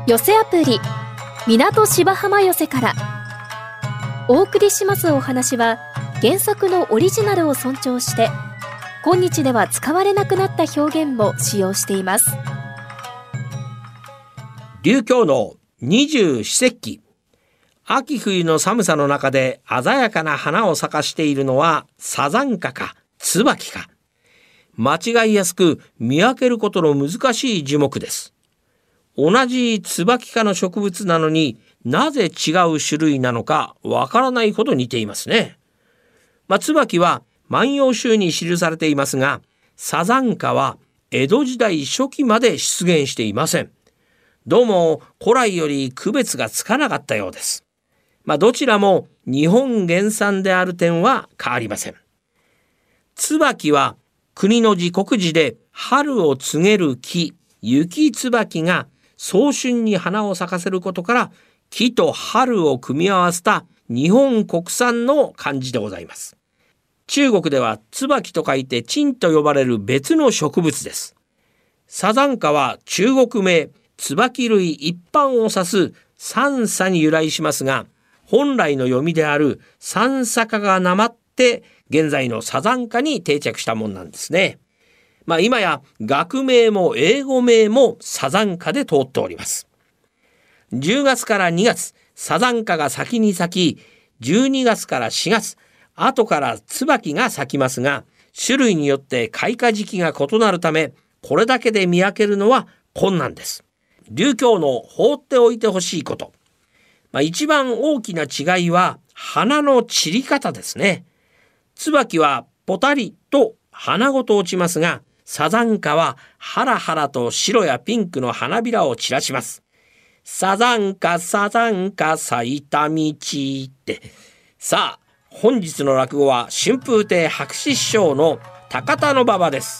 寄せアプリ港芝浜寄せからお送りしますお話は、原作のオリジナルを尊重して今日では使われなくなった表現も使用しています。 琉球の二十四節気。秋冬の寒さの中で鮮やかな花を咲かしているのはサザンカか椿か。間違いやすく見分けることの難しい樹木です。同じ椿科の植物なのになぜ違う種類なのかわからないほど似ていますね。椿は万葉集に記されていますが、サザンカは江戸時代初期まで出現していません。どうも古来より区別がつかなかったようです。どちらも日本原産である点は変わりません。椿は国の字国字で春を告げる木、雪椿が早春に花を咲かせることから木と春を組み合わせた日本国産の漢字でございます。中国では椿と書いて陳と呼ばれる別の植物です。サザンカは中国名椿類一般を指す三叉に由来しますが、本来の読みである三叉科がなまって現在のサザンカに定着したもんなんですね。今や学名も英語名もサザンカで通っております。10月から2月、サザンカが先に咲き、12月から4月、後から椿が咲きますが、種類によって開花時期が異なるため、これだけで見分けるのは困難です。琉球の放っておいてほしいこと。一番大きな違いは花の散り方ですね。椿はポタリと花ごと落ちますが、サザンカはハラハラと白やピンクの花びらを散らします。サザンカサザンカ咲いた道って。さあ、本日の落語は春風亭白紙師匠の高田馬場です。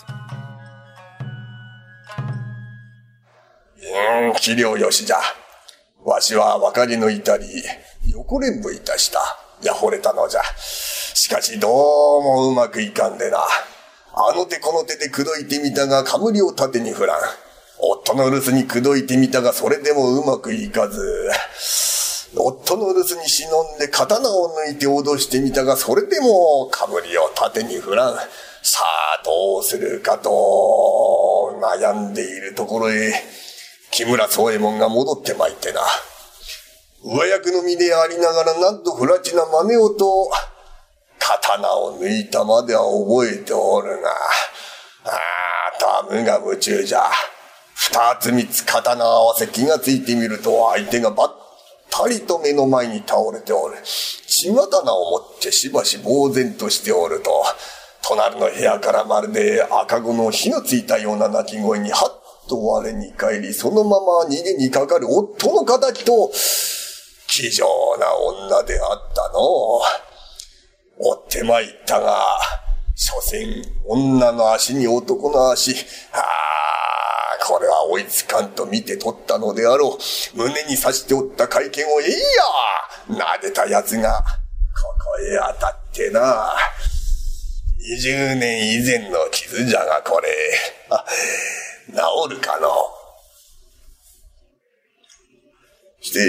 器量よしじゃ。わしは分かりの至り横連舞いたした。や惚れたのじゃ。しかしどうもうまくいかんでな。あの手この手で口説いてみたが冠を盾に振らん。夫の留守に口説いてみたがそれでもうまくいかず、夫の留守に忍んで刀を抜いて脅してみたがそれでも冠を盾に振らん。さあどうするかと悩んでいるところへ木村宗右衛門が戻ってまいってな。上役の身でありながらなんと不埒な真似をと刀を抜いたまでは覚えておるが、無我夢中じゃ。二つ三つ刀を合わせ気がついてみると相手がばったりと目の前に倒れておる。血刀を持ってしばし呆然としておると、隣の部屋からまるで赤子の火のついたような鳴き声にはっと我に返り、そのまま逃げにかかる夫の敵と気丈な女であったの。追ってまいったが、所詮女の足に男の足。これは追いつかんと見て取ったのであろう。胸に刺しておった懐剣を撫でたやつがここへ当たってな。20年以前の傷じゃがこれ治るかの。して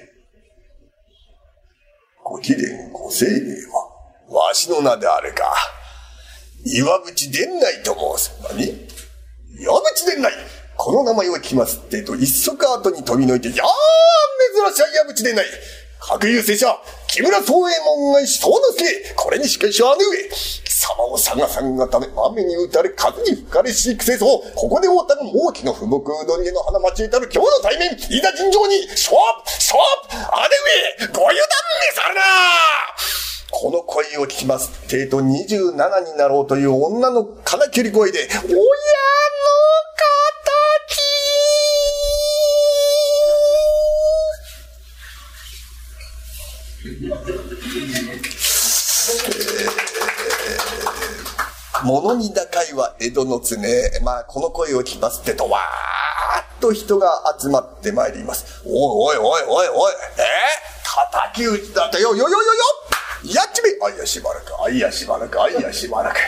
ご貴殿ご清明はわしの名であるか。岩淵伝内と申す。何？岩淵伝内、この名前を聞きますってと一足後に飛びのいて、珍しい岩淵伝内。各有拙者木村宗右衛門が人の助。これにしかしはね上貴様を探さんがため雨に打たれ風に吹かれしくせそう。ここでおったる猛気の不木うどん家の花町へたる今日の対面、いざ尋常にショッ姉上ご油断めさるな。この声を聞きますってと27になろうという女の金切り声で、親の敵物に高いは江戸の常。この声を聞きますってとわーっと人が集まってまいります。おい叩き撃ちだとよやっちめ。あいやしばらく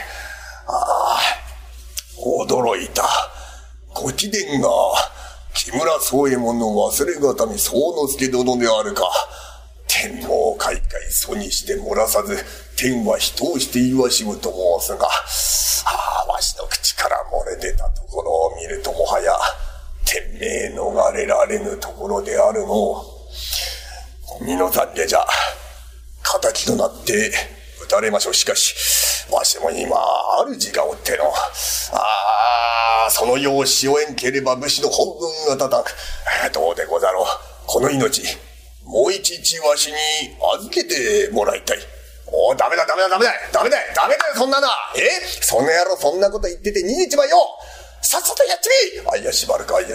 驚いた。ご貴殿が木村宗右衛門の忘れがたみ宗之助殿であるか。天皇開会祖にして漏らさず、天は人をして言わしむと申すが、わしの口から漏れ出たところを見るともはや、天命逃れられぬところであるの。身の懺悔じゃ、敵となって撃たれましょう。しかし、わしも今、主がおっての。そのようしおえんければ武士の本分がたたく。どうでござろう。この命、もう一日わしに預けてもらいたい。ダメだ、そんなな。その野郎そんなこと言ってて逃げちまえよ。さっさとやっちめ。あいやしばるか。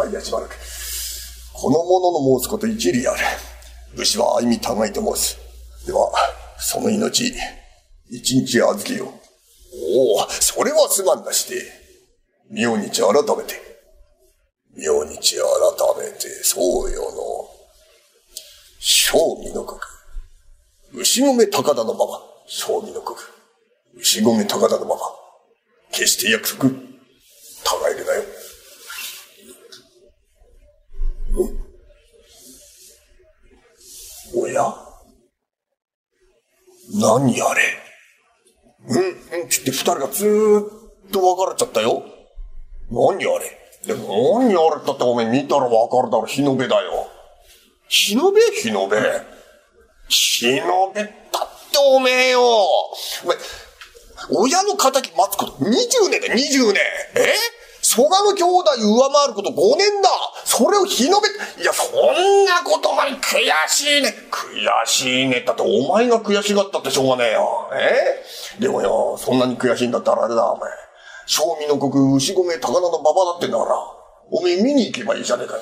この者の申すこと一理ある。武士は相身互いと申す。では、その命、一日預けよう。それはすまんなして。明日改めて、そうよの。正味の国。牛込高田のまま、正味の国。牛込高田のまま。決して約束、互えるなよ。おや？何あれ？って二人がずーっと別れちゃったよ。何あれ？でも何あれったっておめえ見たらわかるだろ。日の出だよ。日の出ったっておめえよ。お前、親の仇待つこと20年だ、20年。蘇我の兄弟上回ること5年だ。それを日の出、いや、そんなことまで悔しいね。だってお前が悔しがったってしょうがねえよ。でもよ、そんなに悔しいんだったらあれだ、お前。正味の国、牛込高田の馬場だってんだから、おめえ見に行けばいいじゃねえかよ。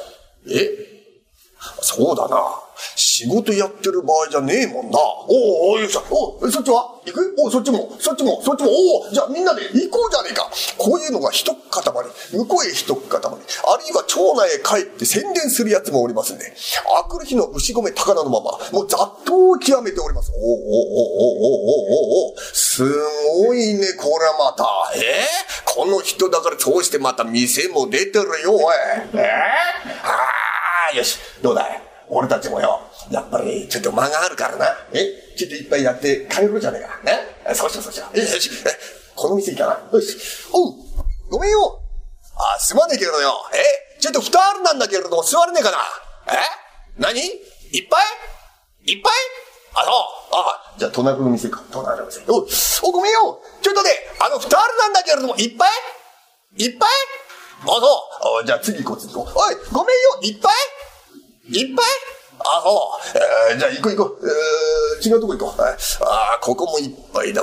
そうだな。仕事やってる場合じゃねえもんな。よいしょ。そっちは行く？そっちも。じゃあみんなで行こうじゃねえか。こういうのが一塊、向こうへ一塊、あるいは町内へ帰って宣伝するやつもおりますんで、あくる日の牛込高田のまま、もう雑踏を極めております。すごいね、これはまた。この人だからそうしてまた店も出てるよ、おい。よし、どうだい？俺たちもよ、やっぱりちょっと間があるからな。ちょっと一杯やって帰ろうじゃねえか。そうしよう。よし。この店いいかな。よし。ごめんよ。すまねえけれどよ。ちょっと二人なんだけれども座れねえかな。何？いっぱい？じゃあ隣の店か。隣の店。ごめんよ。ちょっとね、二人なんだけれどもいっぱい？そう。じゃあ次行こう。おい、ごめんよ。いっぱい？じゃあ行こう。違うとこ行こう。ここもいっぱいだ。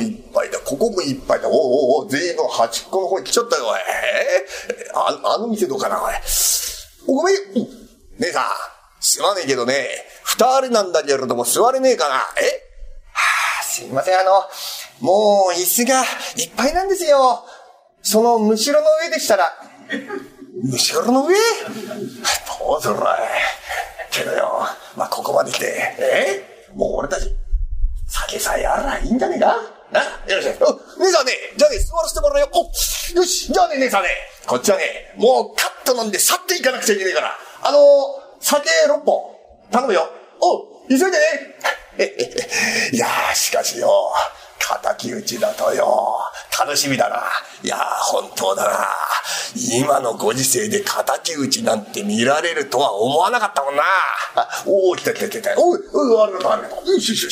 全員の端っこの方に来ちゃったよ、おい。あの店どうかな、おい。ごめんよ。姉さん、すまねえけどね、二人なんだけれども座れねえかな。すいません、もう椅子がいっぱいなんですよ。そのむしろの上でしたら。むしろの上？どうするらい。けどよ、ここまで来て、もう俺たち、酒さえあらいいんじゃねえか？よし。姉さんね、じゃあね、座らせてもらうよ。よし、じゃあね、姉さんね、こっちはね、もうカッと飲んで去っていかなくちゃいけねえから、酒6本、頼むよ。急いでね。いやー、しかしよ、敵討ちだとよ、楽しみだな。いやー、本当だな。今のご時世で敵討ちなんて見られるとは思わなかったもんな。来た。ありがとう。よし。い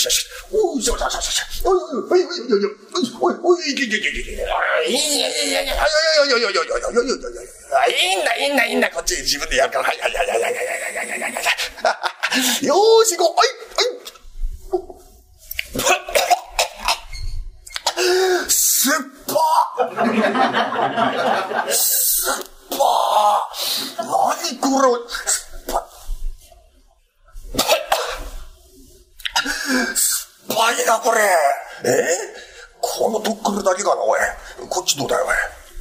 いんだ。こっち自分でやるから。よーし、すっぱ何これすっぱいなこれ。このどっからだけかな、おい。こっちどうだよ、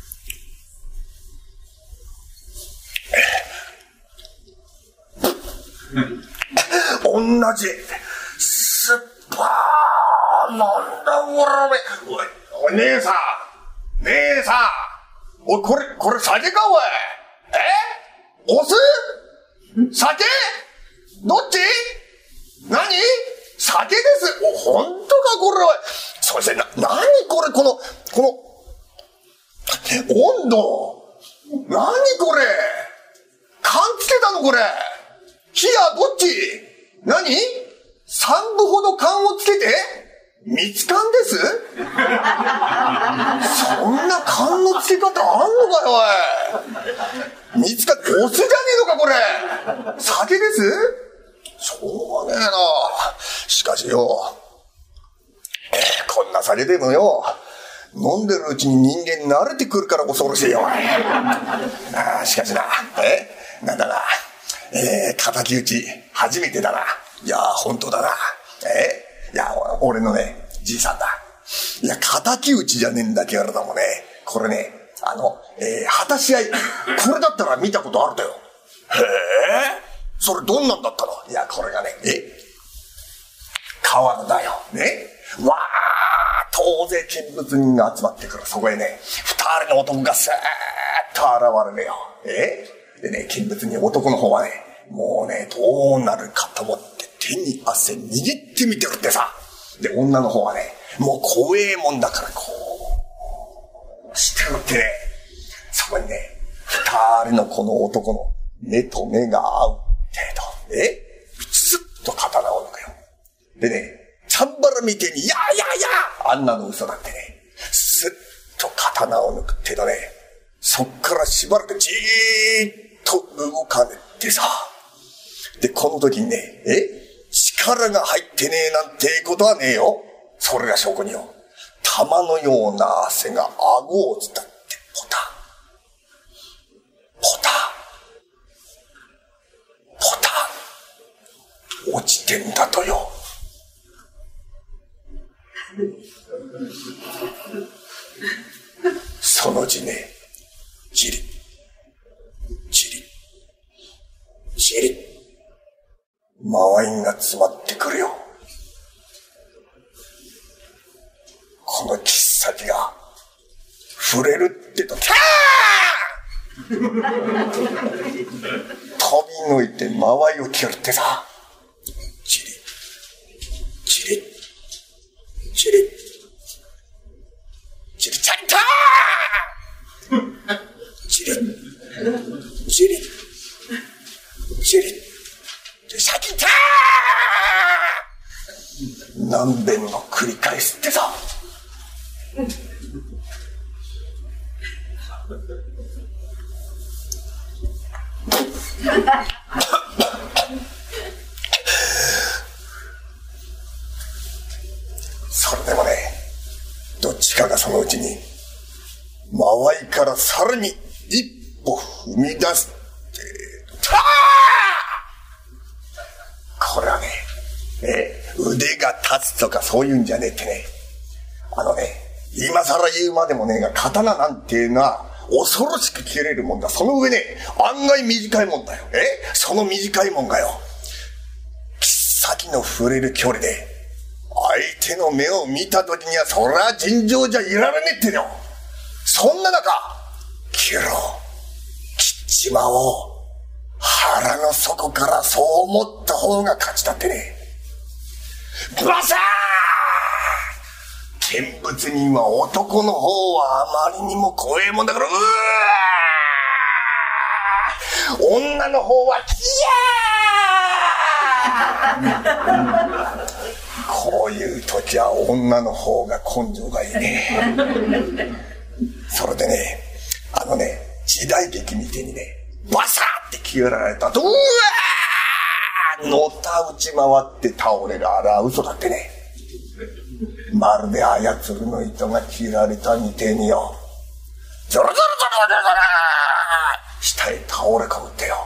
おい。同じすっぱなんだこれ。おい、姉さん。おい、これ酒か、おい。 お酢？酒？どっち？何？酒です。本当かこれは。そして何これ、この温度。何これ。缶つけたのこれ。火はどっち？何？3分ほど缶をつけて？蜜缶です？そんな缶のつけ方あんのかよ、おい。蜜缶、お酢じゃねえのかこれ。酒です？しょうがねえな。しかしよ、こんな酒でもよ、飲んでるうちに人間慣れてくるから恐ろしいよ。しかしな、なんだな、敵討ち初めてだな。いや本当だな。いや俺のねじいさんだ。いや敵討ちじゃねえんだけれどもね、これね果たし合い、これだったら見たことあるだよ。へえ、それどんなんだったの？いやこれがね、川のだよね。わー当然見物人が集まってくる。そこへね二人の男がスーッと現れるよ。でね、見物人男の方はね、もうねどうなるかと思って手に汗握ってみてるってさ。で女の方はねもう怖えもんだからこうしてるってね。そこにね二人のこの男の目と目が合う程度スッと刀を抜くよ。でねチャンバラみてえにやあんなの嘘だってね、スッと刀を抜く程度ね、そっからしばらくじーっと動かねってさ。でこの時にね力が入ってねえなんてことはねえよ。それが証拠によ、玉のような汗が顎を伝ってポタポタポタ落ちてんだとよ。そのうちね、じりじりじり間合いが詰まってくるよ。この切っ先が触れるってと、キャー飛び抜いて間合いを切るってさ。じりじりじりじりちゃんたーじりじりじりシャキター何遍も繰り返すってさ。それでもね、どっちかがそのうちに間合いからさらに一歩踏み出すって、これはね、腕が立つとかそういうんじゃねえってね。今更言うまでもねえが、刀なんていうのは恐ろしく切れるもんだ。その上ね、案外短いもんだよ。その短いもんがよ、切っ先の触れる距離で相手の目を見た時には、そりゃ尋常じゃいられねえってよ。そんな中、切っちまおう。腹の底からそう思った方が勝ちだってね。バサー！見物人は男の方はあまりにも怖えもんだから、女の方はこういう時は女の方が根性がいいね。それでね、時代劇みてえにね、バサーって切られたと、のた打ち回って倒れる、あれは嘘だってね。まるで操るの糸が切られたみてえによ、ゾロゾロゾロゾロゾロ下へ倒れ込むってよ。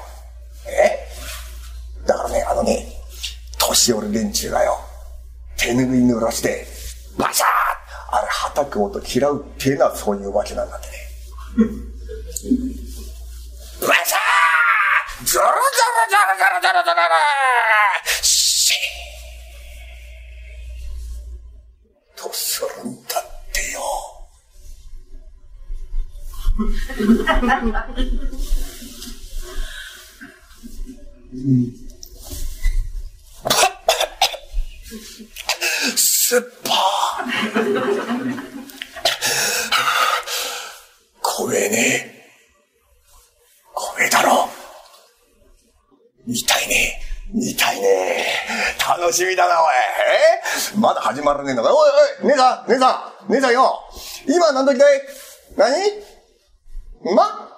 だからね、年寄る連中がよ、手ぬぐい濡らしてバシャーあれはたく音嫌うっていうのはそういうわけなんだってね。バシャーゾロゾロゾロゾロゾロゾロシーとするんだってよ。 すっぱ怖えね。怖えだろ。見たいね。楽しみだな、おい。まだ始まらねえのか。おい、姉さんよ。今何時だい？何？馬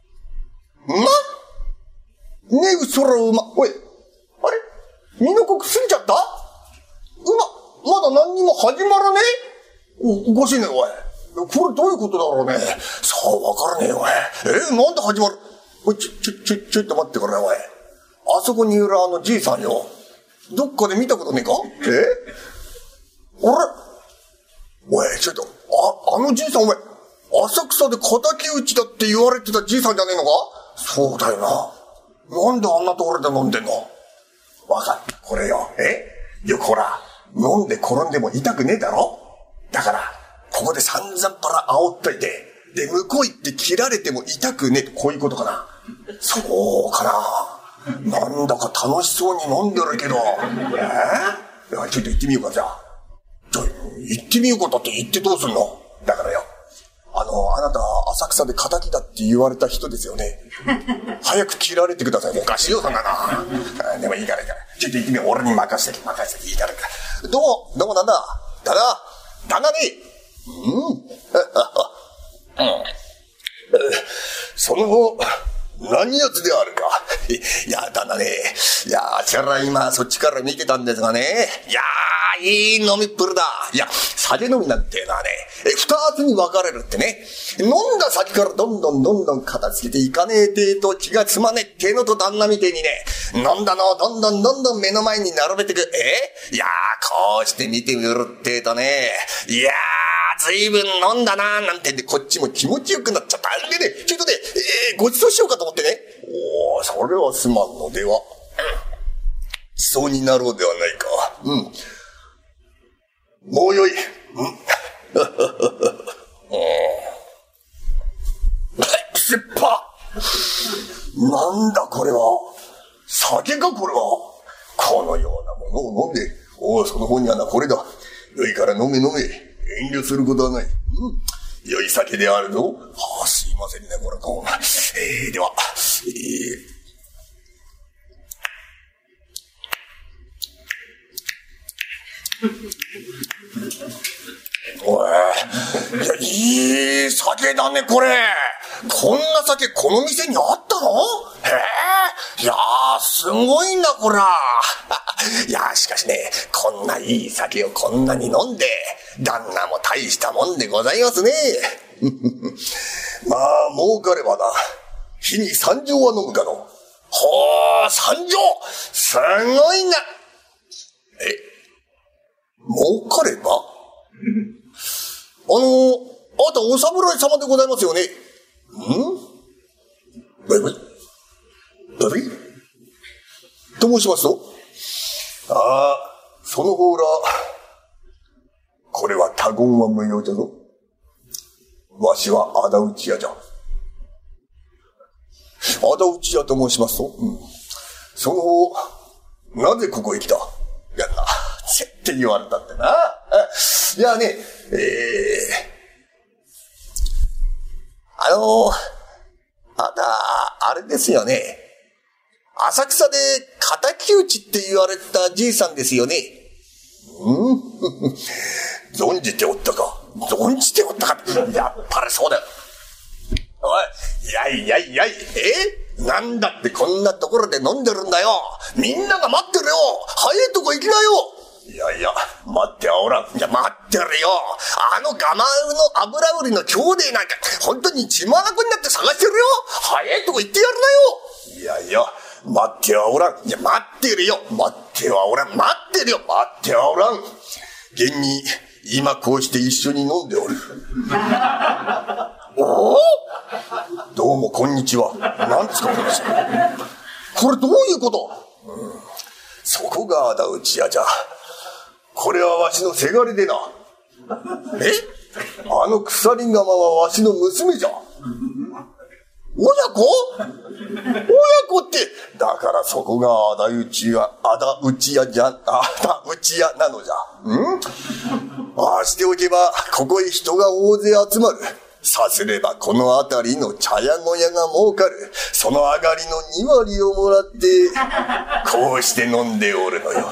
ねえ、そら馬。おい、あれ？身の濃く過ぎちゃった？まだ何にも始まらねえ？おかしいね、おい。これどういうことだろうね。さあ、わからねえよ、おい。なんで始まる？おい、ちょっと待ってからよ、おい。あそこにいるじいさんよ。どっかで見たことねえか？あれ？おい、ちょっと、あのじいさんお前、浅草で敵討ちだって言われてたじいさんじゃねえのか？そうだよな。なんであんなところで飲んでんの？わかった、これよ。よくほら、飲んで転んでも痛くねえだろ？だから、ここで散々パラ煽っといて、で、向こう行って切られても痛くねえと、こういうことかな。そうかな。なんだか楽しそうに飲んでるけど。ちょっと行ってみようか、じゃあ。行ってみようかだって言ってどうすんの？だからよ。あなた、浅草で仇だって言われた人ですよね。早く切られてください。おかしいよ、そんなの。でもいいから。ちょっと行ってみよう。俺に任せていいから。どうもなんだ。旦那ね。その後、何やつであるか。いや、旦那ね。いや、あちら今そっちから見てたんですがね。いやいい飲みっぷりだ。いや、酒飲みなんていうのはね、二つに分かれるってね。飲んだ先からどんどん片付けていかねえてと気がつまねえってのと旦那みてえにね、飲んだのをどんどん目の前に並べてく。いやこうして見てみるってとね、いやずいぶん飲んだななんてんでこっちも気持ちよくなっちゃった。でね、ちょっとね、ご馳走しようかと思ってね。それはすまんのでは。そうになろうではないか。もうよい。すっぱ。なんだこれは。酒かこれは。このようなものを飲んで、その方にはなこれだ。よいから飲め。遠慮することはない。良い酒であるぞ。すいませんね、これと。では、いい酒だね、これ。こんな酒、この店にあったの？いやすごいんだ、こら。いやしかしね、こんないい酒をこんなに飲んで、旦那も大したもんでございますね。まあ、儲かればな、日に3錠は飲むかの。3錠！すごいな。儲かれば？あなたお侍様でございますよね。誰と申しますと？その方ら、これは他言は無用じゃぞ。わしは仇討ち屋じゃ。仇討ち屋と申しますと？その方、なぜここへ来た？いやな、って言われたってな。いやね、あれですよね。浅草で敵討ちって言われたじいさんですよね。存じておったか。やっぱりそうだよ。おい、やい。なんだってこんなところで飲んでるんだよ。みんなが待ってるよ。早いとこ行きなよ。いや、待ってはおらん。待ってるよ。ガマウの油売りの兄弟なんか、本当に血まなこになって探してるよ。早いとこ行ってやるなよ。いや、待ってはおらん。待ってるよ。待ってはおらん。現に、今こうして一緒に飲んでおる。どうもこんにちは。なんですかこれどういうこと？そこが仇討ち屋じゃ。これはわしのせがれでな。鎖釜はわしの娘じゃ。親子？ 親子って、だからそこが仇討ち屋なのじゃ。ああしておけば、ここへ人が大勢集まる。さすればこの辺りの茶屋小屋が儲かる。その上がりの2割をもらって、こうして飲んでおるのよ。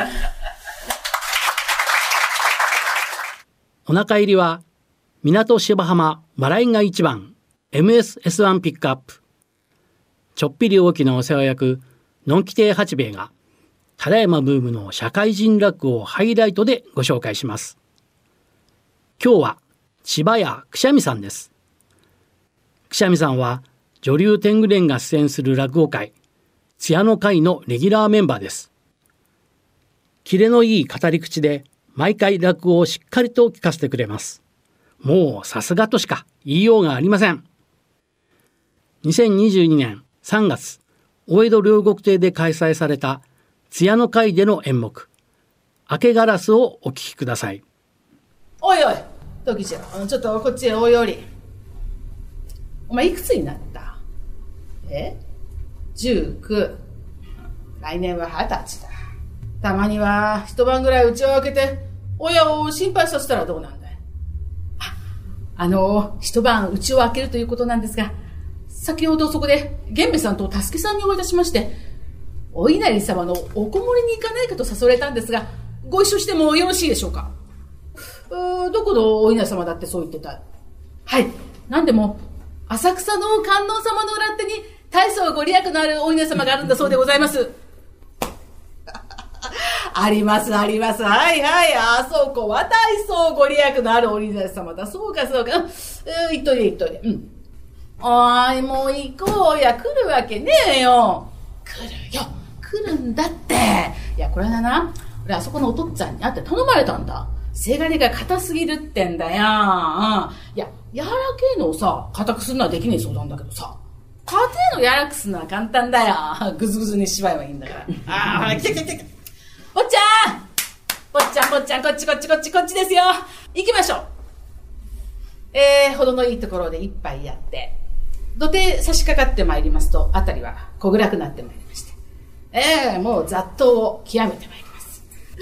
お腹入りは、港芝浜笑いが一番 MSS1 ピックアップ。ちょっぴり大きなお世話役、のんき亭八兵衛が、ただいまブームの社会人落語をハイライトでご紹介します。今日は、千葉屋くしゃみさんです。くしゃみさんは、女流天狗連が出演する落語会、津屋の会のレギュラーメンバーです。キレのいい語り口で、毎回落語をしっかりと聞かせてくれます。もうさすがとしか言いようがありません。2022年3月、大江戸両国亭で開催された津屋の会での演目、明けガラスをお聞きください。 おいおい、時次郎、ちょっとこっちへおいおり。お前いくつになった？ 19。来年は20歳だ。たまには一晩ぐらい家を開けて親を心配させたらどうなんだい。一晩家を開けるということなんですが、先ほどそこで源兵衛さんと助さんにお会いいたしまして、お稲荷様のおこもりに行かないかと誘われたんですが、ご一緒してもよろしいでしょうか。どこのお稲荷様だってそう言ってた。はい。なんでも浅草の観音様の裏手に大層ご利益のあるお稲荷様があるんだそうでございます。ありますあります。はいはい。あそこは大層ご利益のあるお稲荷様だ。そうかそうか。行っといで行っといで。おい、もう行こうや。来るわけねえよ。来るよ。来るんだって。いや、これだな。俺あそこのお父っつぁんに会って頼まれたんだ。せがれが硬すぎるってんだよ。いや、柔らけえのをさ、硬くするのはできねえそうなんだけどさ。硬えの柔らくするのは簡単だよ。ぐずぐずに縛ればいいんだから。ほら、来て来て来て。坊ちゃん、こっちですよ。行きましょう。程のいいところで一杯やって、土手差し掛かってまいりますと、あたりは小暗くなってまいりまして。もう雑踏を極めてまいります。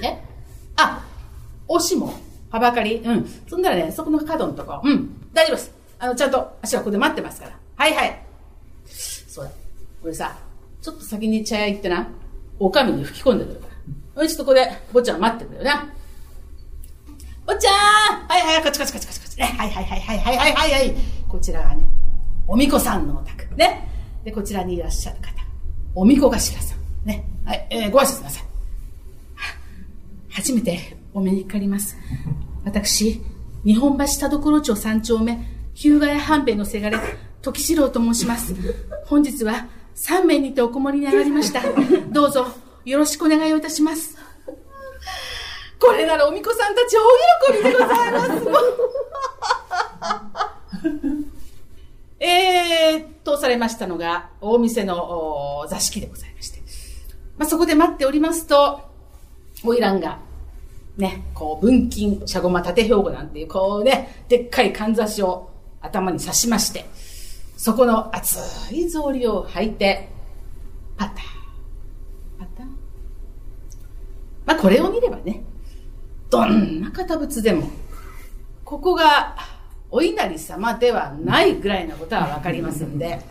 おしも、はばかり、そんならね、そこの角のとこ、大丈夫です。ちゃんと足はここで待ってますから。はいはい。そうだ。これさ、ちょっと先に茶屋行ってな、おかみに吹き込んでくるから。ちょっとここで、坊ちゃん待ってくれよな。坊ちゃん、はいはい、こっち。ね、はい。こちらはね、おみこさんのお宅。ね。で、こちらにいらっしゃる方。おみこ頭さん。ね。はい、ご挨拶なさい。初めてお目にかかります。私、日本橋田所町3丁目、日向屋半兵衛のせがれ、時四郎と申します。本日は3名にておこもりに上がりました。どうぞ、よろしくお願いをいたします。これならおみこさんたち大喜びでございます。通されましたのが大店の座敷でございまして、そこで待っておりますと、花魁がね、こう文金茶駒縦兵庫なんていうこうね、でっかいかんざしを頭に刺しまして、そこの厚い草履を履いてパタこれを見ればね、どんな堅物でもここがお稲荷様ではないぐらいのことはわかりますんで。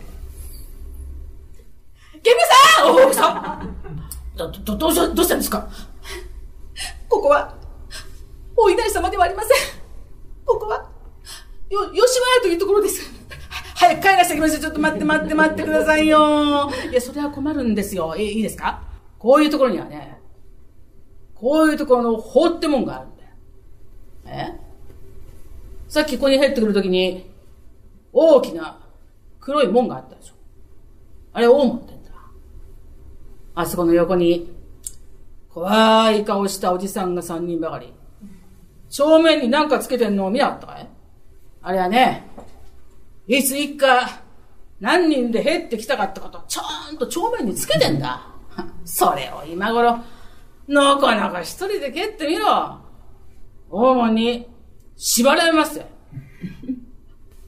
源兵衛さん、どうしたんですか。ここはお稲荷様ではありません。ここは吉原というところです。早く帰らせてきました。ちょっと待ってくださいよ。いや、それは困るんですよ。いいですか。こういうところにはね、こういうところの法ってもんがあるんだよ。さっきここに入ってくるときに大きな黒い門があったでしょ。あれ大門ってんだ。あそこの横に怖い顔したおじさんが3人ばかり。正面に何かつけてんのを見なかったかい。あれはね、いつ一家何人で入ってきたかってことをちゃんと正面につけてんだ。それを今頃のこのこ一人で蹴ってみろ。大門に縛られますよ。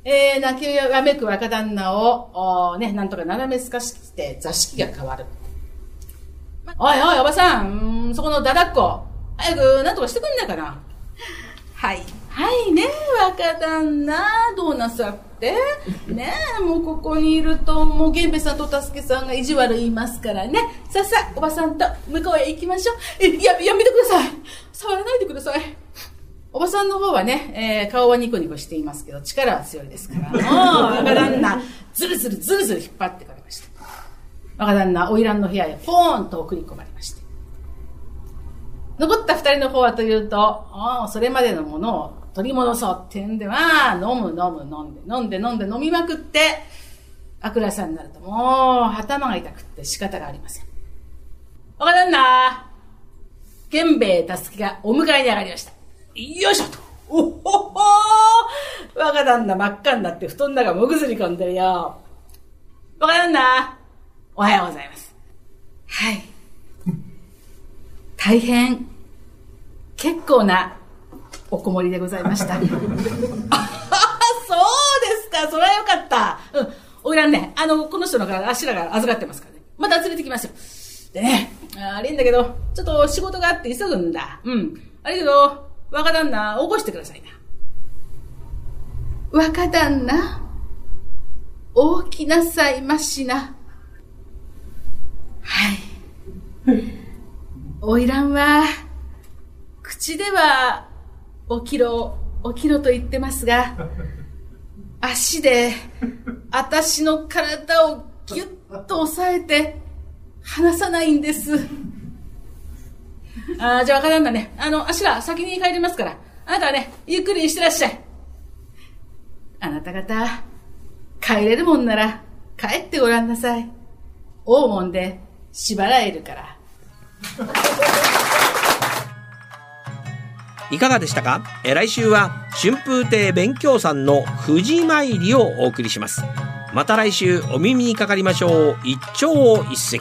泣きわめく若旦那を、なんとか斜めすかして座敷が変わる。おいおい、おばさん、そこのだだっこ、早くなんとかしてくんないかな。はい。はいね、若旦那、どうなさってねえ、もうここにいると、もう源兵衛さんとたすけさんが意地悪言いますからね。さあさあ、おばさんと向こうへ行きましょう。やめてください。触らないでください。おばさんの方はね、顔はニコニコしていますけど、力は強いですから、もう若旦那、ずるずる引っ張ってかれました。若旦那、花魁の部屋へポーンと送り込まれまして。残った二人の方はというと、それまでのものを取り戻そうってんでは、飲んで飲みまくって、あくらさんになるともう頭が痛くって仕方がありません。若旦那、源兵衛たすきがお迎えに上がりました。よいしょと。おほほー、若旦那真っ赤になって布団の中もぐずり込んでるよ。若旦那、おはようございます。はい。大変、結構なおこもりでございました。そうですか、それはよかった。おいらんね、この人のから足らが預かってますからね。また連れてきますよ。でね、悪いんだけど、ちょっと仕事があって急ぐんだ。あれけど、若旦那、起こしてくださいな。若旦那、起きなさいましな。はい。花魁は、口では、起きろと言ってますが、足で、私の体をギュッと押さえて、離さないんです。じゃあ若旦那ね、足が先に帰りますから、あなたはね、ゆっくりしてらっしゃい。あなた方、帰れるもんなら、帰ってごらんなさい。大門で、縛られるから。 いかがでしたか？来週は春風亭勉強さんの藤参りをお送りします。また来週お耳にかかりましょう。一朝一夕。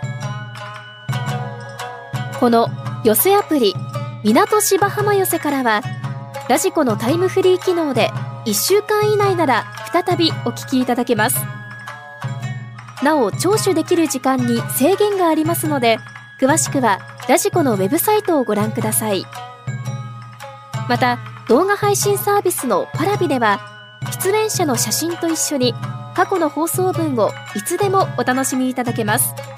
この寄せアプリ港芝浜寄せからはラジコのタイムフリー機能で1週間以内なら再びお聞きいただけます。なお聴取できる時間に制限がありますので、詳しくはラジコのウェブサイトをご覧ください。また動画配信サービスのパラビでは出演者の写真と一緒に過去の放送分をいつでもお楽しみいただけます。